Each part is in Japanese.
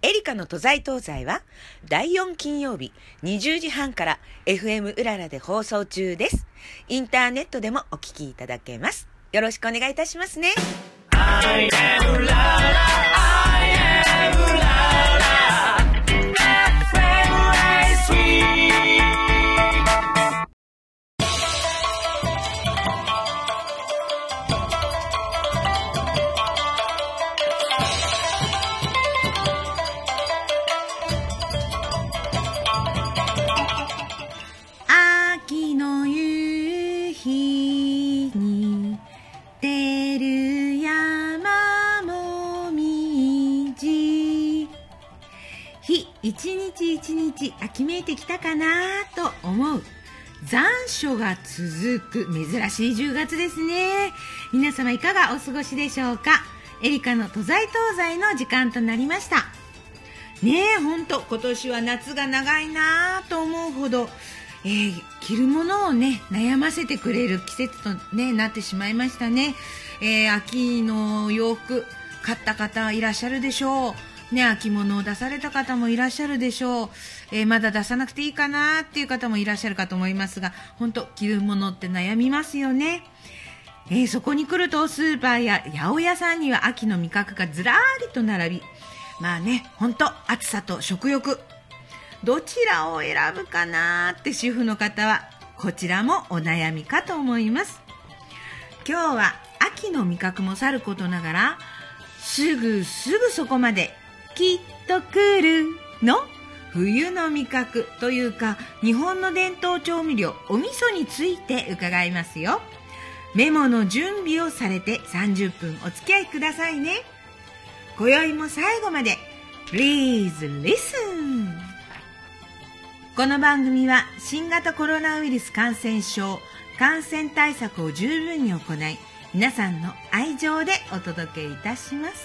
エリカの都在東西は第4金曜日20時半から FM うららで放送中です。インターネットでもお聞きいただけます。よろしくお願いいたしますね。I am うらら I am うらら FM 秋の夕日に出る山もみじ、日一日一日秋めいてきたかなと思う残暑が続く珍しい10月ですね。皆様いかがお過ごしでしょうか。エリカの都在東西の時間となりましたね。えほんと今年は夏が長いなと思うほど着るものをね悩ませてくれる季節と、ね、なってしまいましたね。秋の洋服買った方いらっしゃるでしょうね。秋物を出された方もいらっしゃるでしょう。まだ出さなくていいかなっていう方もいらっしゃるかと思いますが、本当着るものって悩みますよね。そこに来るとスーパーや八百屋さんには秋の味覚がずらりと並び、まあね本当暑さと食欲どちらを選ぶかなって主婦の方はこちらもお悩みかと思います。今日は秋の味覚もさることながらすぐそこまできっと来るの冬の味覚というか日本の伝統調味料お味噌について伺いますよ。メモの準備をされて30分お付き合いくださいね。今宵も最後まで Please listen。この番組は新型コロナウイルス感染症感染対策を十分に行い皆さんの愛情でお届けいたします。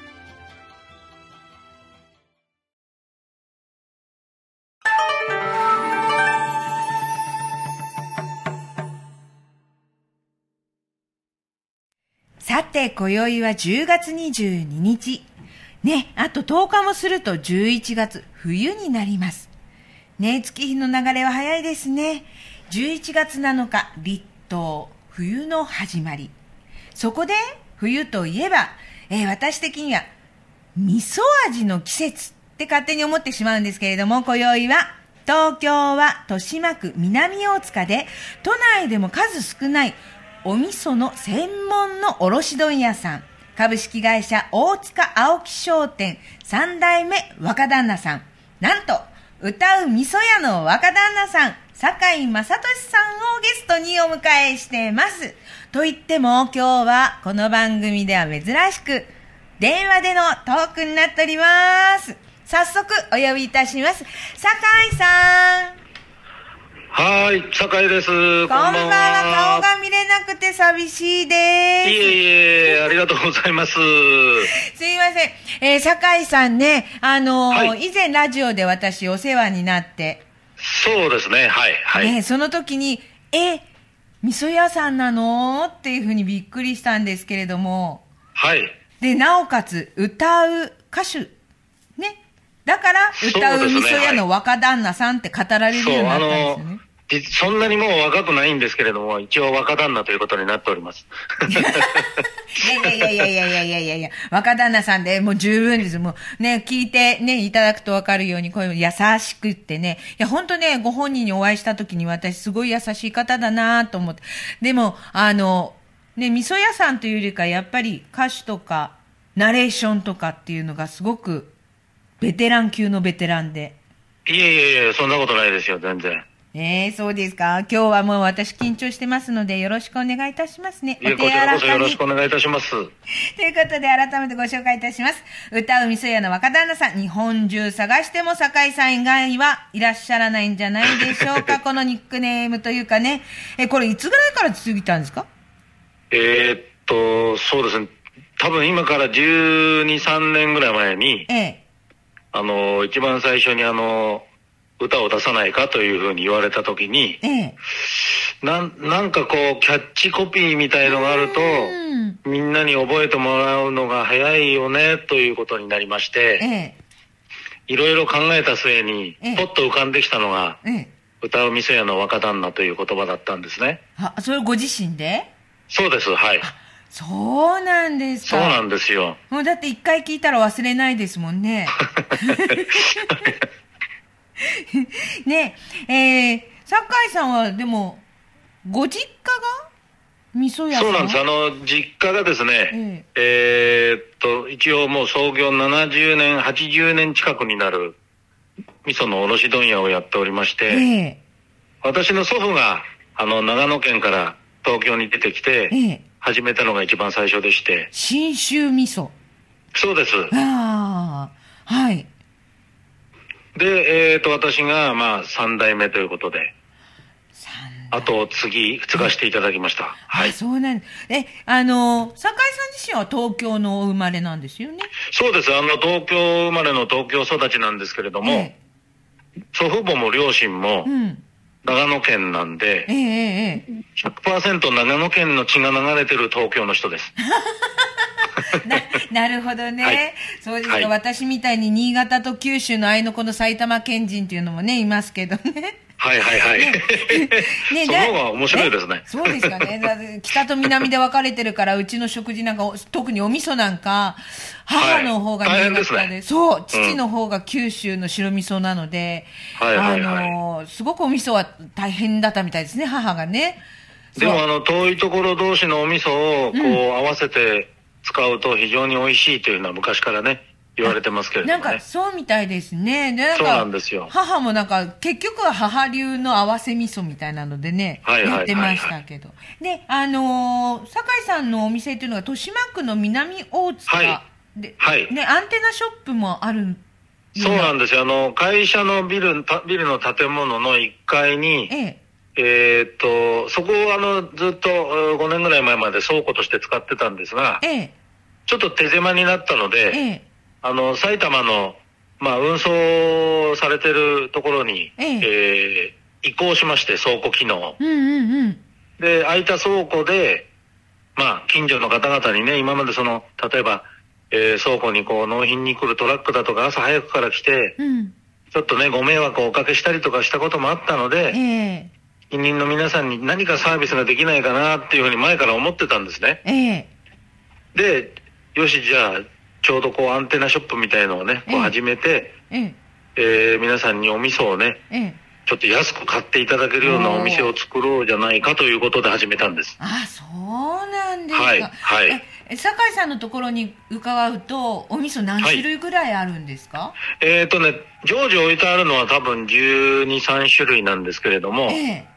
さて今宵は10月22日ね、あと10日もすると11月冬になりますね。月日の流れは早いですね。11月7日立冬、冬の始まり。そこで冬といえば、私的には味噌味の季節って勝手に思ってしまうんですけれども、今宵は東京は豊島区南大塚で都内でも数少ないお味噌の専門の卸問屋さん、株式会社大塚青木商店3代目若旦那さん、なんと歌う味噌屋の若旦那さん堺正俊さんをゲストにお迎えしています。と言っても今日はこの番組では珍しく電話でのトークになっております。早速お呼びいたします。堺さん。 はい、酒井です。こんばんは。 顔が見れなくて寂しいです。 いえ、ありがとうございます。 すいません。酒井さんね、 はい、 以前ラジオで私お世話になって。 そうですね、はい。 ね、その時に、味噌屋さんなのっていうふうにびっくりしたんですけれども。 はい。 で、なおかつ、歌う歌手。ね。だから、歌う味噌屋の若旦那さんって語られるようになったんですよね。 そんなにもう若くないんですけれども、一応若旦那ということになっております。 いや、若旦那さんでもう十分です。もうね、聞いてね、いただくとわかるように、こういう優しくってね。いや、ほんとね、ご本人にお会いした時に私すごい優しい方だなと思って。でも、ね、味噌屋さんというよりか、やっぱり歌手とか、ナレーションとかっていうのがすごく、ベテラン級のベテランで。 いえ、そんなことないですよ、全然。 そうですか。今日はもう私緊張してますのでよろしくお願いいたしますね。 こちらこそよろしくお願いいたします。ということで改めてご紹介いたします。歌う味噌屋の若旦那さん、日本中探しても酒井さん以外はいらっしゃらないんじゃないでしょうか。このニックネームというかね。これいつぐらいから続いたんですか？ そうですね。多分今から12、3年ぐらい前に、一番最初に歌を出さないかというふうに言われたときに、なんかこうキャッチコピーみたいのがあるとみんなに覚えてもらうのが早いよねということになりまして、 いろいろ考えた末に、ポッと浮かんできたのが、歌う味噌屋の若旦那という言葉だったんですね。 それご自身で？ そうです、はい。 そうなんですか。 そうなんですよ。 もうだって一回聞いたら忘れないですもんね。ねえ、酒井さんはでも、ご実家が味噌屋さん？ そうなんです。実家がですね、一応もう創業70年、80年近くになる味噌の卸問屋をやっておりまして、私の祖父が、長野県から東京に出てきて、始めたのが一番最初でして。 信州味噌。 そうです。 ああ、はい。 で、私が、3代目ということで、後を継がしていただきました。はい。 そうなんです。酒井さん自身は東京のお生まれなんですよね。 そうです。東京生まれの東京育ちなんですけれども、祖父母も両親も、長野県なんで、100% 長野県の血が流れてる東京の人です。 なるほどね。そうですか、私みたいに新潟と九州の合いの子の埼玉県人っていうのもね、いますけどね。 はいはいはい。その方が面白いですね。 そうですかね。北と南で分かれてるから、うちの食事なんか、特にお味噌なんか、母の方が新潟で、そう、父の方が九州の白味噌なので、すごくお味噌は大変だったみたいですね、母がね。 でも遠いところ同士のお味噌をこう合わせて使うと非常に美味しいというのは昔からね、言われてますけれどもね。 なんかそうみたいですね。 そうなんですよ。 母もなんか結局は母流の合わせ味噌みたいなのでね、やってましたけど。で、酒井さんのお店っていうのが豊島区の南大塚で、ね、アンテナショップもある。 そうなんですよ。会社のビルの建物の1階に、そこをずっと5年ぐらい前まで倉庫として使ってたんですが、ちょっと手狭になったので、埼玉の、運送されてるところに、移行しまして、倉庫機能。で、空いた倉庫で、近所の方々にね、今まで例えば、倉庫に納品に来るトラックだとか朝早くから来て、ちょっとね、ご迷惑をおかけしたりとかしたこともあったので、近隣の皆さんに何かサービスができないかなっていうふうに前から思ってたんですね。で、よし、じゃあ、ちょうどアンテナショップみたいのをね、始めて、皆さんにお味噌をね、ちょっと安く買っていただけるようなお店を作ろうじゃないかということで始めたんです。 そうなんですか。酒井さんのところに伺うと、お味噌何種類ぐらいあるんですか？ 常時置いてあるのは多分12、3種類なんですけれども、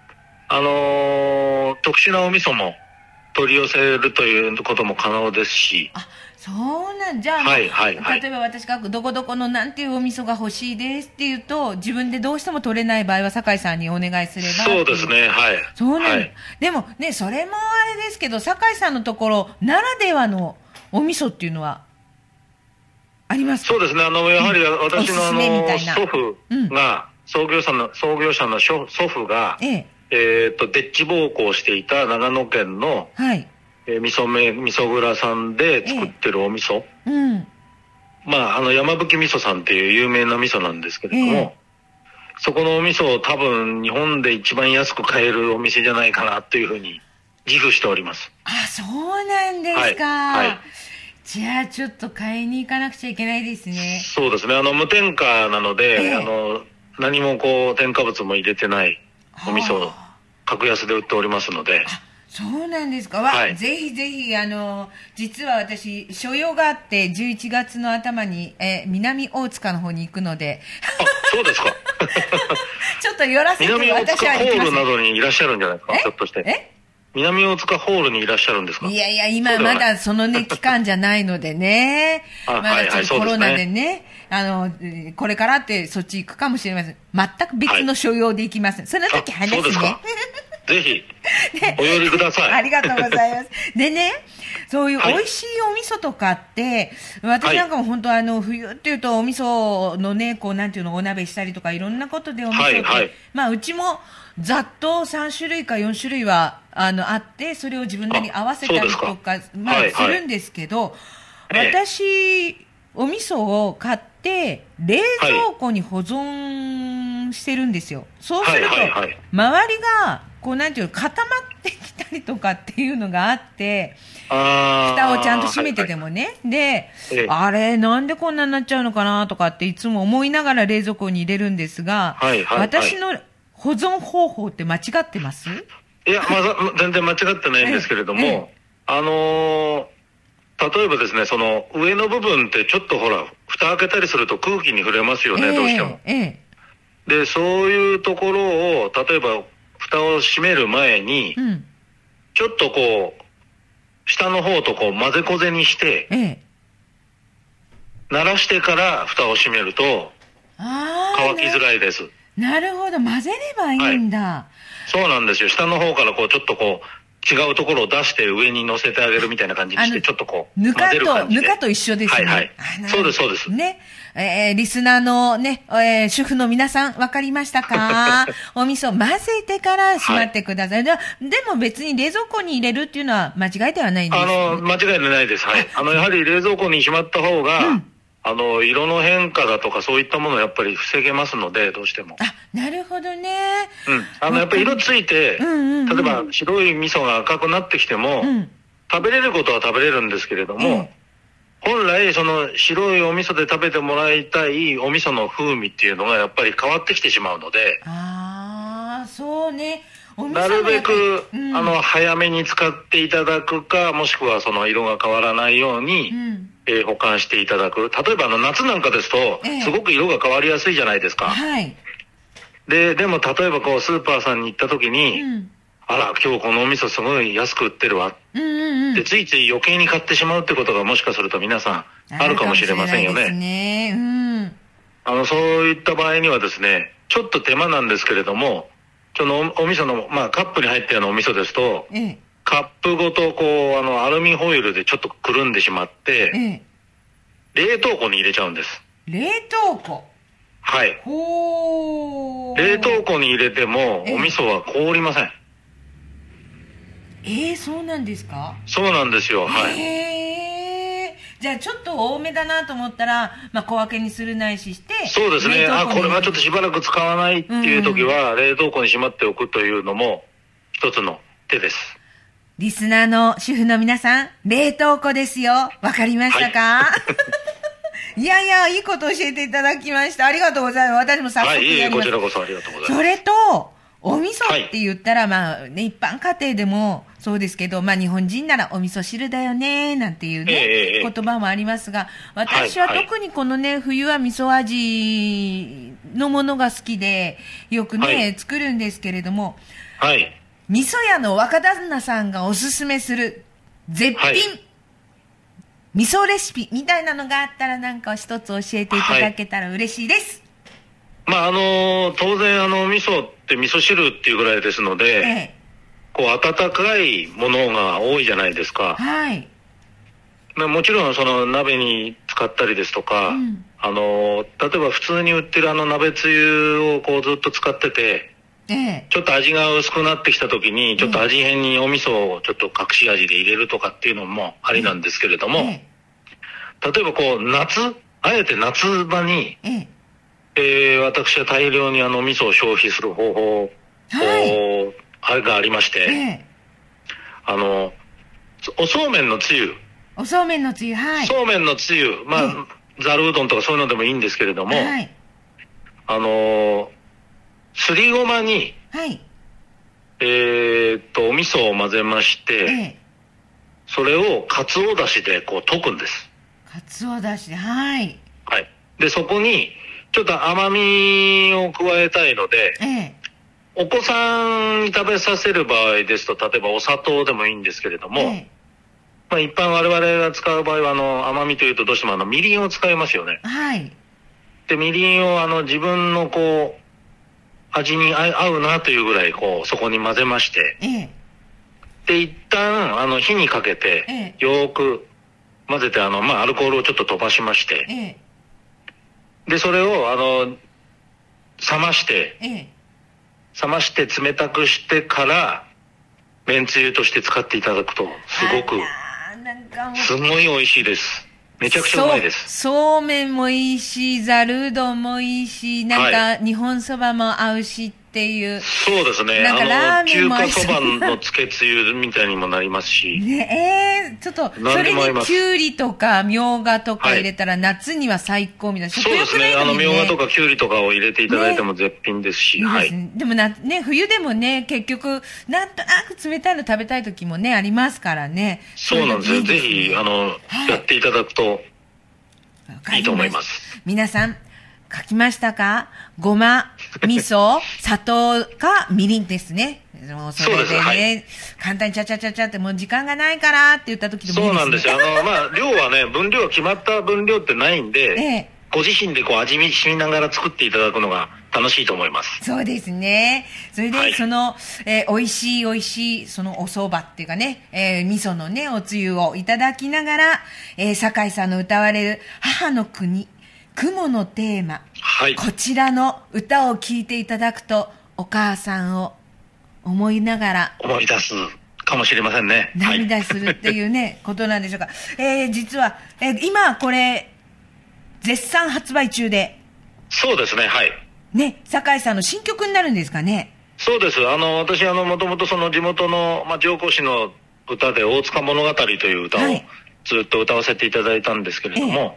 特殊なお味噌も取り寄せるということも可能ですし。 そうなんじゃあ、例えば私がどこどこのなんていうお味噌が欲しいですっていうと、自分でどうしても取れない場合は酒井さんにお願いすれば。 そうですね、はい。 そうなんです。でもね、それもあれですけど、酒井さんのところならではのお味噌っていうのはありますか？ そうですね、やはり私の祖父が、創業者の祖父が、でっち奉公していた長野県の、味噌蔵さんで作ってるお味噌。山吹味噌さんっていう有名な味噌なんですけれども、そこのお味噌を多分日本で一番安く買えるお店じゃないかなというふうに自負しております。 そうなんですか。じゃあちょっと買いに行かなくちゃいけないですね。 そうですね。無添加なので、何も添加物も入れてないお味噌を格安で売っておりますので。 そうなんですか。ぜひぜひ、実は私、所用があって、11月の頭に、南大塚の方に行くので。 そうですか。 ちょっと寄らせて、 南大塚ホールなどにいらっしゃるんじゃないですか、ひょっとして。南大塚ホールにいらっしゃるんですか？ いやいや、今まだそのね、期間じゃないのでね。まだちょっとコロナでね、これからってそっち行くかもしれません。全く別の所用で行きます。その時話すね。 ぜひ、お寄りください。 ありがとうございます。でね、そういう美味しいお味噌とかって、私なんかも本当冬っていうとお味噌のね、なんていうの、お鍋したりとかいろんなことでお味噌って、うちもざっと3種類か4種類はあって、それを自分なりに合わせたりとか、するんですけど、私、お味噌を買っって冷蔵庫に保存してるんですよ。そうすると、周りがこうなんていうの固まってきたりとかっていうのがあって、蓋をちゃんと閉めててもね、で、あれなんでこんなになっちゃうのかなとかっていつも思いながら冷蔵庫に入れるんですが、私の保存方法って間違ってます？ いや、全然間違ってないんですけれども、例えばですね、その上の部分ってちょっとほら、蓋開けたりすると空気に触れますよね、どうしても。で、そういうところを、例えば蓋を閉める前に、ちょっとこう、下の方とこう混ぜこぜにして、慣らしてから蓋を閉めると、乾きづらいです。 なるほど、混ぜればいいんだ。 そうなんですよ。下の方からこう、ちょっとこう、違うところを出して上に乗せてあげるみたいな感じにして、ちょっとこう、 ぬかと一緒ですね。 そうです、そうです。 ね。リスナーのね、主婦の皆さん、わかりましたか？お味噌混ぜてからしまってください。でも別に冷蔵庫に入れるっていうのは間違いではないんですか？ 間違いないです。はい。やはり冷蔵庫にしまった方が、色の変化だとかそういったものをやっぱり防げますので、どうしても。 なるほどね。 やっぱり色ついて、例えば白い味噌が赤くなってきても、食べれることは食べれるんですけれども、本来その白いお味噌で食べてもらいたいお味噌の風味っていうのがやっぱり変わってきてしまうので、 そうね。 なるべく、早めに使っていただくか、もしくはその色が変わらないように、保管していただく。例えば夏なんかですと、すごく色が変わりやすいじゃないですか。でも例えばこうスーパーさんに行った時に、あら、今日このお味噌すごい安く売ってるわ。で、ついつい余計に買ってしまうってことがもしかすると皆さんあるかもしれませんよね。そういった場合にはですね、ちょっと手間なんですけれども、そのお味噌の、カップに入ったようなお味噌ですと、カップごとこう、アルミホイルでちょっとくるんでしまって、冷凍庫に入れちゃうんです。 冷凍庫？ はい。冷凍庫に入れても、お味噌は凍りません。 そうなんですか？ そうなんですよ。はい。 じゃあちょっと多めだなと思ったら、小分けにするないしして。 そうですね。これはちょっとしばらく使わないっていう時は、冷凍庫にしまっておくというのも一つの手です。 リスナーの主婦の皆さん、冷凍庫ですよ。わかりましたか？いや、いいこと教えていただきました。ありがとうございます。私も早速やります。 こちらこそありがとうございます。 それと、お味噌って言ったら、一般家庭でもそうですけど、日本人ならお味噌汁だよね、なんていうね、言葉もありますが、私は特にこのね、冬は味噌味のものが好きで、よくね、作るんですけれども、味噌屋の若旦那さんがおすすめする絶品、味噌レシピみたいなのがあったらなんか一つ教えていただけたら嬉しいです。 当然味噌って味噌汁っていうぐらいですので、こう温かいものが多いじゃないですか。もちろんその鍋に使ったりですとか、例えば普通に売ってる鍋つゆをこうずっと使ってて、ちょっと味が薄くなってきた時にちょっと味変にお味噌をちょっと隠し味で入れるとかっていうのもありなんですけれども、例えばこうあえて夏場に、私は大量に味噌を消費する方法がありまして、おそうめんのつゆ、 そうめんのつゆ、 ざるうどんとかそういうのでもいいんですけれども、すりごまに、お味噌を混ぜまして、それをかつおだしでこう溶くんです。 かつおだし、 で、そこにちょっと甘みを加えたいので、お子さんに食べさせる場合ですと、例えばお砂糖でもいいんですけれども、一般我々が使う場合は甘みというとどうしてもみりんを使いますよね。で、みりんを自分のこう味に合うなというぐらいこうそこに混ぜまして、で一旦火にかけてよく混ぜてアルコールをちょっと飛ばしまして、でそれを冷まして冷たくしてからめんつゆとして使っていただくとすごい美味しいです。 めちゃくちゃうまいです。 そうめんもいいし、ざるうどんもいいし、なんか日本そばも合うしっていう。 そうですね。 なんかラーメンも合うし。 中華そばのつけつゆみたいにもなりますし。 ねちょっと、それにきゅうりとかみょうがとか入れたら夏には最高みたいな。 そうですね。みょうがとかきゅうりとかを入れていただいても絶品ですし。はい。 でもね、冬でもね、結局、なんとなく冷たいの食べたい時もね、ありますからね。 そうなんですよ。ぜひ、やっていただくと、いいと思います。 皆さん、書きましたか？ごま、味噌、砂糖かみりんですね。もうそれでね、はい、簡単にちゃちゃちゃちゃってもう時間がないからって言った時でもいいですね。 そうなんですよ。量はね、分量決まった分量ってないんで、ご自身で味見しながら作っていただくのが楽しいと思います。 そうですね。それで、はい、美味しい、そのお蕎麦っていうかね、味噌のね、おつゆをいただきながら、酒井さんの歌われる母の国、雲のテーマ、はい、こちらの歌を聴いていただくと、お母さんを思いながら、 思い出すかもしれませんね。 涙するっていうね、ことなんでしょうか。実は、今これ、絶賛発売中で。 そうですね、はい。 ね、酒井さんの新曲になるんですかね。 そうです。私もともとその地元の、上皇市の歌で、大塚物語という歌をずっと歌わせていただいたんですけれども、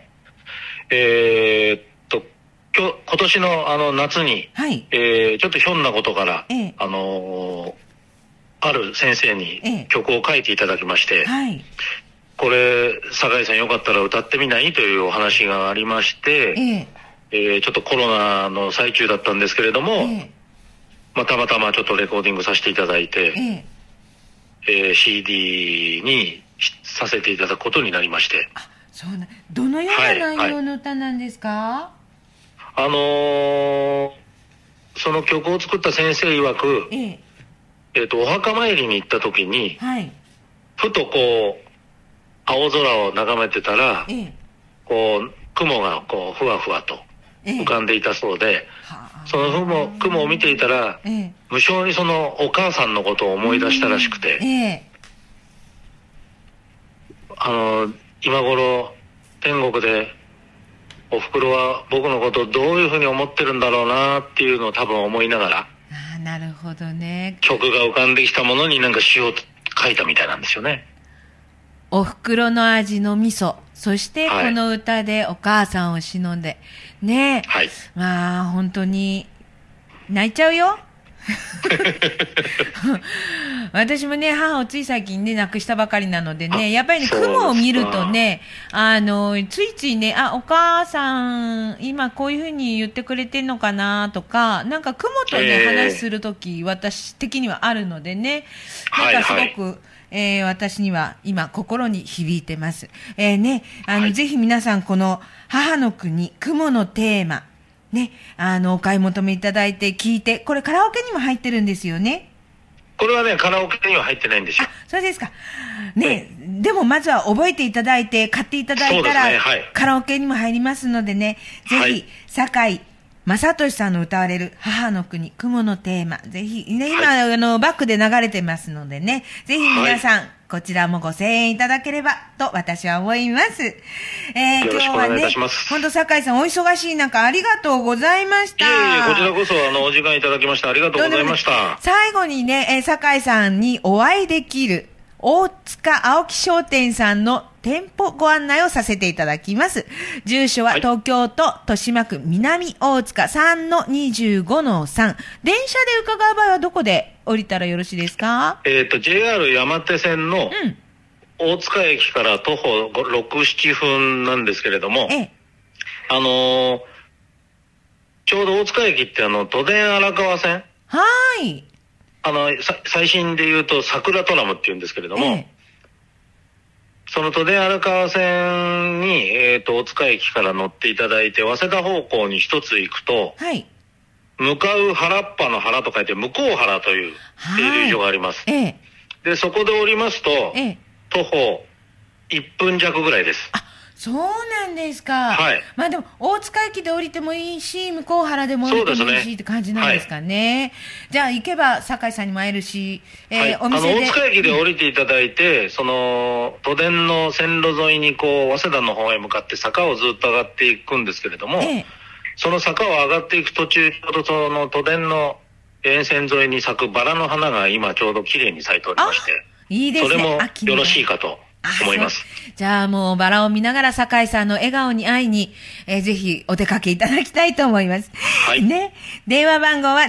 今年の夏に、はい、ちょっとひょんなことから、ある先生に曲を書いていただきまして、はい、これ、酒井さんよかったら歌ってみないというお話がありまして、ちょっとコロナの最中だったんですけれども、たまたまちょっとレコーディングさせていただいて、CD にさせていただくことになりまして。 あ、そうな。どのような内容の歌なんですか？ その曲を作った先生曰く、お墓参りに行った時に、はい、ふと青空を眺めてたら、雲がふわふわと浮かんでいたそうで、その雲を見ていたら、無性にそのお母さんのことを思い出したらしくて、今頃天国でお袋は僕のことをどういうふうに思ってるんだろうなっていうのを多分思いながら、 なるほどね、 曲が浮かんできたものになんか詩を書いたみたいなんですよね。 お袋の味の味噌、そしてこの歌でお母さんを偲んで、ねえ、はい、本当に泣いちゃうよ。私もね、母をつい最近ね、亡くしたばかりなのでね、やっぱりね、雲を見るとね、ついついね、お母さん、今こういうふうに言ってくれてんのかなとか、なんか雲とね、話するとき、私的にはあるのでね、なんかすごく、私には今心に響いてます。ぜひ皆さんこの母の国、雲のテーマ、ね、お買い求めいただいて聞いて、これカラオケにも入ってるんですよね。 これはね、カラオケには入ってないんですよ。 そうですか。ね、でもまずは覚えていただいて、買っていただいたら、カラオケにも入りますのでね、ぜひ、酒井正俊さんの歌われる母の国、雲のテーマ、ぜひ、ね、今、バックで流れてますのでね、ぜひ皆さん、こちらもご声援いただければと私は思います。今日はね、本当酒井さんお忙しい中ありがとうございました。 いえいえ、こちらこそお時間いただきましてありがとうございました。 最後にね、酒井さんにお会いできる大塚青木商店さんの店舗ご案内をさせていただきます。住所は東京都豊島区南大塚 3-25-3。電車で伺う場合はどこで降りたらよろしいですか ？JR 山手線の大塚駅から徒歩6、7分なんですけれども、ちょうど大塚駅って都電荒川線、 はい。 最新で言うと桜トラムって言うんですけれども、その都電荒川線に、大塚駅から乗っていただいて、早稲田方向に一つ行くと、はい、向かう原っぱの原と書いて、向こう原という停留所があります。で、そこで降りますと、徒歩1分弱ぐらいです。 あ、 そうなんですか。 はい。 まあでも、大塚駅で降りてもいいし、向こう原でも降りてもいいし、って感じなんですかね。じゃあ、行けば、酒井さんにも会えるし、お店で。 大塚駅で降りていただいて、その、都電の線路沿いに、こう、早稲田の方へ向かって坂をずっと上がっていくんですけれども、その坂を上がっていく途中、ちょうどその都電の沿線沿いに咲くバラの花が今ちょうど綺麗に咲いておりまして、 いいですね。 それもよろしいかと思います。 じゃあもうバラを見ながら酒井さんの笑顔に会いに、ぜひお出かけいただきたいと思います。 はい。 ね。電話番号は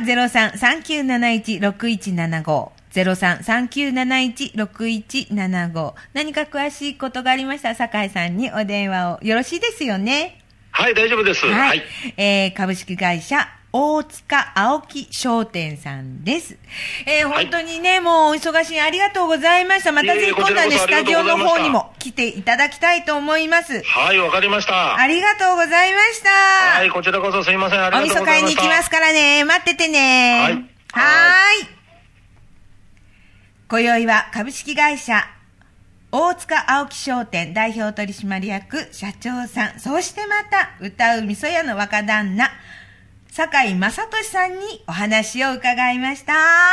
03-3971-6175。03-3971-6175。何か詳しいことがありましたら、酒井さんにお電話を。よろしいですよね。 はい、大丈夫です。 はい。株式会社、大塚青木商店さんです。本当にね、もうお忙しいありがとうございました。またぜひ今度はね、スタジオの方にも来ていただきたいと思います。 はい、わかりました。 ありがとうございました。 はい、こちらこそすいません。ありがとうございました。 お味噌買いに行きますからね。待っててね。 はい。 はい。今宵は株式会社、大塚青木商店代表取締役社長さん、そしてまた歌う味噌屋の若旦那、酒井正俊さんにお話を伺いました。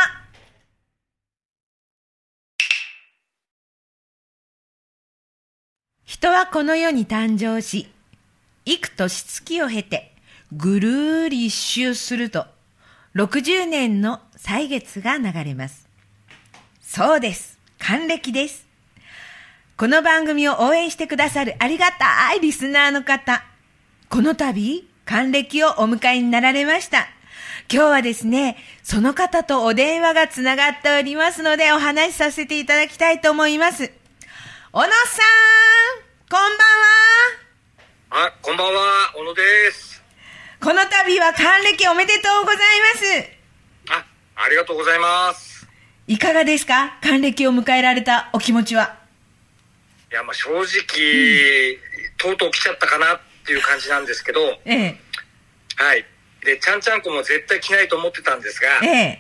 人はこの世に誕生し、幾年月を経てぐるーり一周すると60年の歳月が流れます。そうです。還暦です。この番組を応援してくださるありがたいリスナーの方、この度還暦をお迎えになられました。今日はですね、その方とお電話がつながっておりますのでお話しさせていただきたいと思います。小野さん、こんばんは。 こんばんは、小野です。 この度は還暦おめでとうございます。ありがとうございます。 いかがですか？還暦を迎えられたお気持ちは。 いや、正直、とうとう来ちゃったかなっていう感じなんですけど、はい。で、ちゃんちゃんこも絶対着ないと思ってたんですが、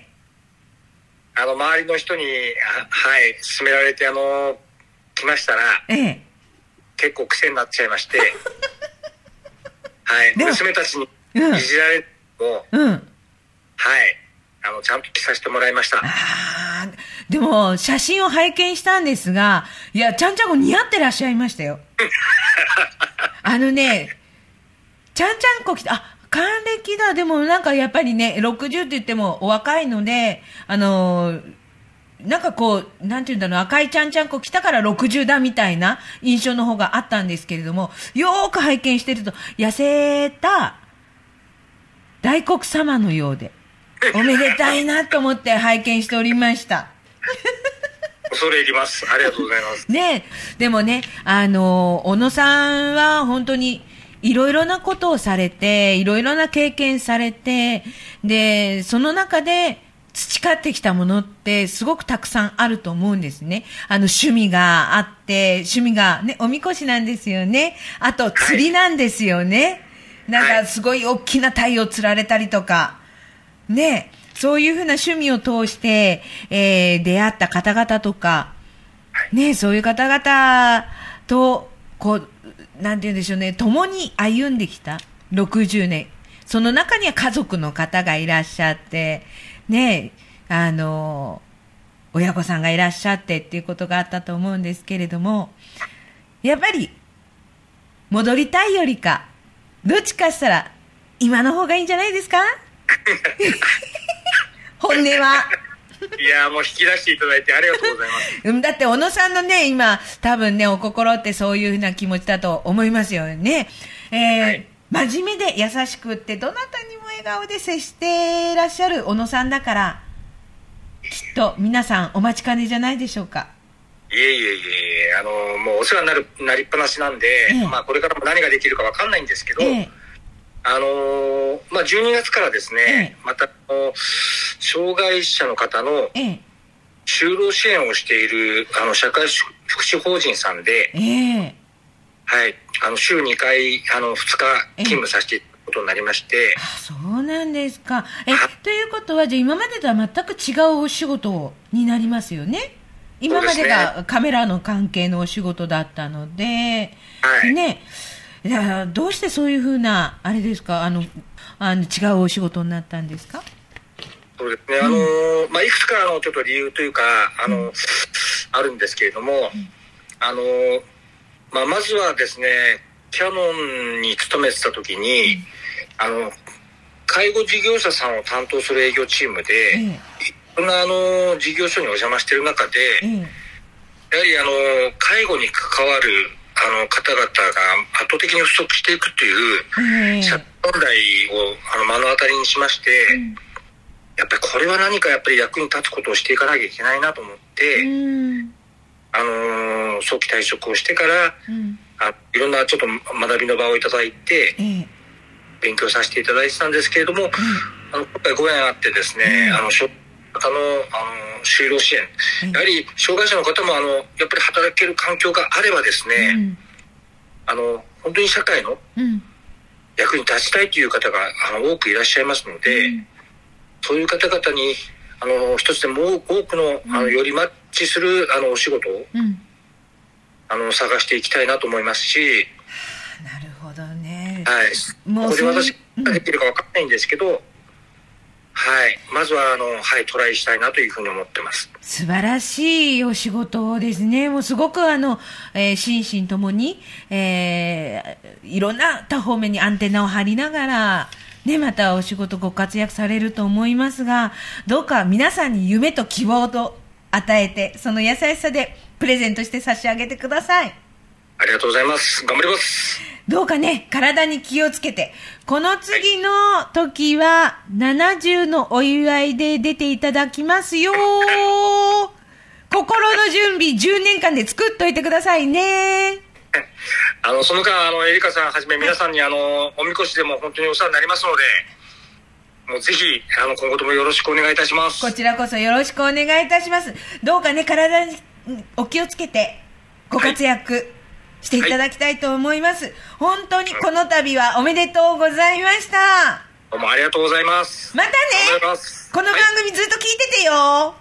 周りの人に、勧められて、来ましたら、結構癖になっちゃいまして、はい。娘たちにいじられると、ちゃんと着させてもらいました。 でも、写真を拝見したんですが、いや、ちゃんちゃんこ似合ってらっしゃいましたよ。ちゃんちゃんこ着て、還暦だ。でもなんかやっぱりね、60って言ってもお若いので、なんかこう、なんていうんだろう、赤いちゃんちゃんこ着たから60だみたいな印象の方があったんですけれども、よーく拝見してると、痩せた大黒様のようで、おめでたいなと思って拝見しておりました。 恐れ入ります。ありがとうございます。 ね、でもね、小野さんは本当にいろいろなことをされて、いろいろな経験されて、で、その中で培ってきたものってすごくたくさんあると思うんですね。趣味があって、趣味がね、おみこしなんですよね。あと釣りなんですよね。なんかすごい大きな鯛を釣られたりとか、ね、そういうふうな趣味を通して、出会った方々とか、ね、そういう方々と、こう、なんて言うんでしょうね、共に歩んできた60年。その中には家族の方がいらっしゃって、ね、親御さんがいらっしゃってっていうことがあったと思うんですけれども、やっぱり、戻りたいよりか、どっちかしたら、今の方がいいんじゃないですか？本音は。 いや、もう引き出していただいてありがとうございます。 だって小野さんのね、今多分ね、お心ってそういうふうな気持ちだと思いますよね。真面目で優しくってどなたにも笑顔で接していらっしゃる小野さんだから、きっと皆さんお待ちかねじゃないでしょうか。 いえ、もうお世話になりっぱなしなんで、これからも何ができるかわかんないんですけど、12月からですね、また障害者の方の就労支援をしている社会福祉法人さんで、週2回2日勤務させていただくことになりまして。 そうなんですか。ということはじゃあ今までとは全く違うお仕事になりますよね。 今までがカメラの関係のお仕事だったので、はい、ね、どうしてそういうふうなあれですか、違うお仕事になったんですか？ そうですね、いくつかちょっと理由というかあるんですけれども、まずはですね、キヤノンに勤めてた時に、介護事業者さんを担当する営業チームで、いろんな事業所にお邪魔している中で、やはり介護に関わる方々が圧倒的に不足していくっていう社会問題を目の当たりにしまして、やっぱりこれは何かやっぱり役に立つことをしていかなきゃいけないなと思って、早期退職をしてから、いろんなちょっと学びの場をいただいて、勉強させていただいてたんですけれども、今回ご縁あってですね、障害者の就労支援、やはり障害者の方もやっぱり働ける環境があればですね、本当に社会の役に立ちたいという方が多くいらっしゃいますので、そういう方々に一つでも多くのよりマッチするお仕事を探していきたいなと思いますし、 なるほどね。 はい。もうこれ私ができるか分かんないんですけど、はい。まずはトライしたいなというふうに思ってます。 素晴らしいお仕事ですね。もうすごく心身ともに、いろんな多方面にアンテナを張りながら、ね、またお仕事ご活躍されると思いますが、どうか皆さんに夢と希望と与えて、その優しさでプレゼントして差し上げてください。 ありがとうございます。頑張ります。 どうかね、体に気をつけて、この次の時は70のお祝いで出ていただきますよ。心の準備10年間で作っといてくださいね。 その間エリカさんはじめ皆さんにおみこしでも本当にお世話になりますので、もうぜひ今後ともよろしくお願いいたします。 こちらこそよろしくお願いいたします。どうかね、体にお気をつけてご活躍していただきたいと思います。本当にこの度はおめでとうございました。 どうもありがとうございます。 またね、この番組ずっと聞いててよ。はい、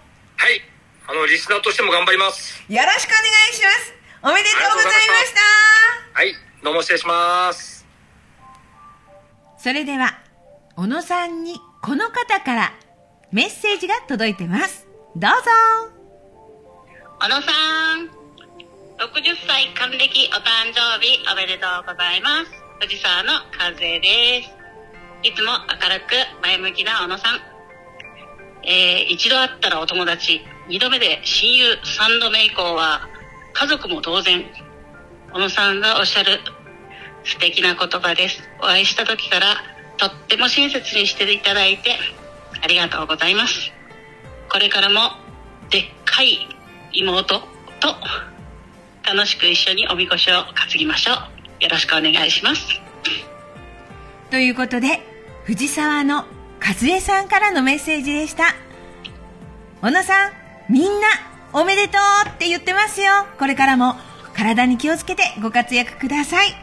リスナーとしても頑張ります。 よろしくお願いします。おめでとうございました。 はい、どうも失礼します。 それでは小野さんにこの方からメッセージが届いてます。どうぞ。 小野さん、60歳還暦お誕生日おめでとうございます。藤沢の和江です。いつも明るく前向きな小野さん、一度会ったらお友達、二度目で親友、三度目以降は家族も同然。小野さんがおっしゃる素敵な言葉です。お会いした時からとっても親切にしていただいてありがとうございます。これからもでっかい妹と楽しく一緒におみこしを担ぎましょう。よろしくお願いします。 ということで、藤沢の和江さんからのメッセージでした。小野さん、みんなおめでとうって言ってますよ。これからも体に気をつけてご活躍ください。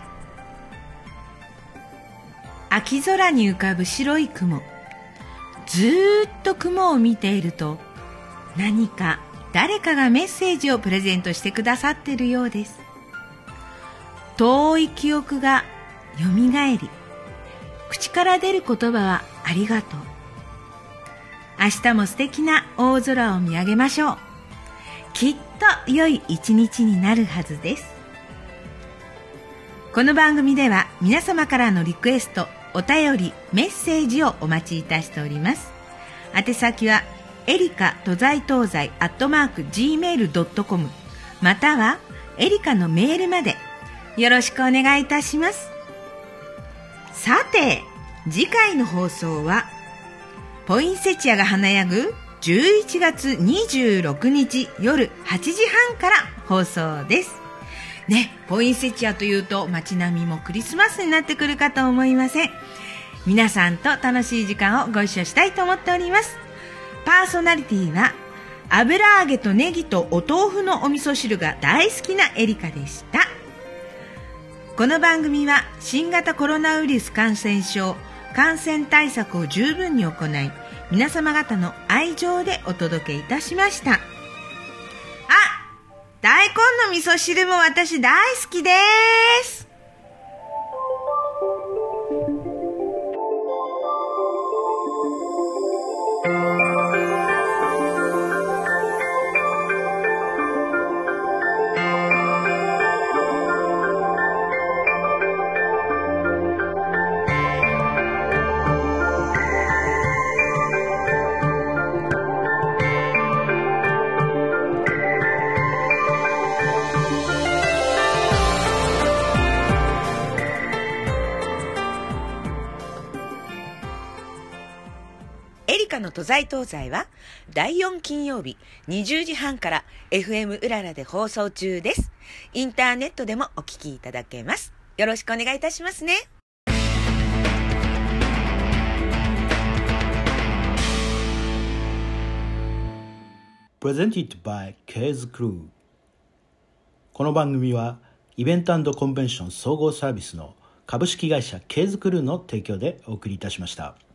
秋空に浮かぶ白い雲。ずーっと雲を見ていると、何か誰かがメッセージをプレゼントしてくださっているようです。遠い記憶がよみがえり、口から出る言葉はありがとう。明日も素敵な大空を見上げましょう。きっと良い一日になるはずです。この番組では皆様からのリクエスト、お便り、メッセージをお待ちいたしております。宛先はエリカ東西@gmail.com またはエリカのメールまでよろしくお願いいたします。さて、次回の放送はポインセチアが華やぐ11月26日夜8時半から放送ですね。ポインセチアというと街並みもクリスマスになってくるかと思いません。皆さんと楽しい時間をご一緒したいと思っております。パーソナリティは油揚げとネギとお豆腐のお味噌汁が大好きなエリカでした。この番組は新型コロナウイルス感染症感染対策を十分に行い、皆様方の愛情でお届けいたしました。あ、 大根の味噌汁も私大好きです。 エリカの都在東西は第4金曜日20時半から FM うららで放送中です。インターネットでもお聞きいただけます。よろしくお願いいたしますね。 Presented by K's Crew。 この番組はイベント&コンベンション総合サービスの株式会社 K's Crew の提供でお送りいたしました。